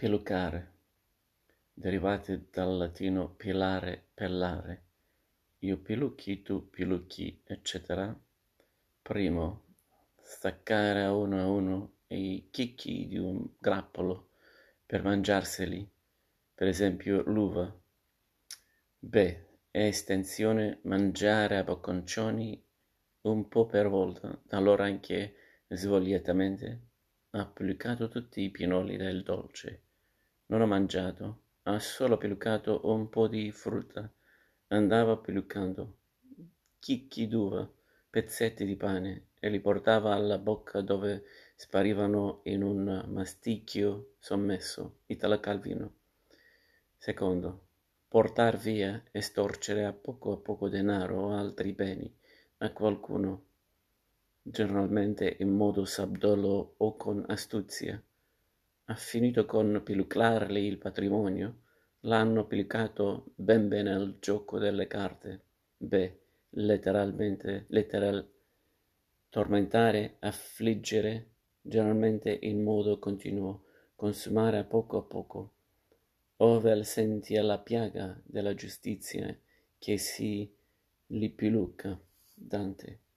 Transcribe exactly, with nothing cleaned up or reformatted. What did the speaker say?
Piluccare, derivati dal latino pilare, pellare. Io pilucchi, tu pilucchi, eccetera. Primo, staccare a uno a uno i chicchi di un grappolo per mangiarseli, per esempio l'uva. B. Estensione, mangiare a bocconcioni un po' per volta, talora anche svogliatamente. Ha piluccato tutti i pinoli del dolce. Non ha mangiato, ha solo piluccato un po' di frutta. Andava piluccando chicchi d'uva, pezzetti di pane, e li portava alla bocca dove sparivano in un masticchio sommesso. Italo Calvino. Secondo, portar via e storcere a poco a poco denaro o altri beni a qualcuno, generalmente in modo subdolo o con astuzia. Ha finito con piluclargli il patrimonio, l'hanno piluccato ben bene al gioco delle carte. Beh, letteralmente, letteral, tormentare, affliggere, generalmente in modo continuo, consumare a poco a poco, ove sentia la piaga della giustizia che si li pilucca. Dante.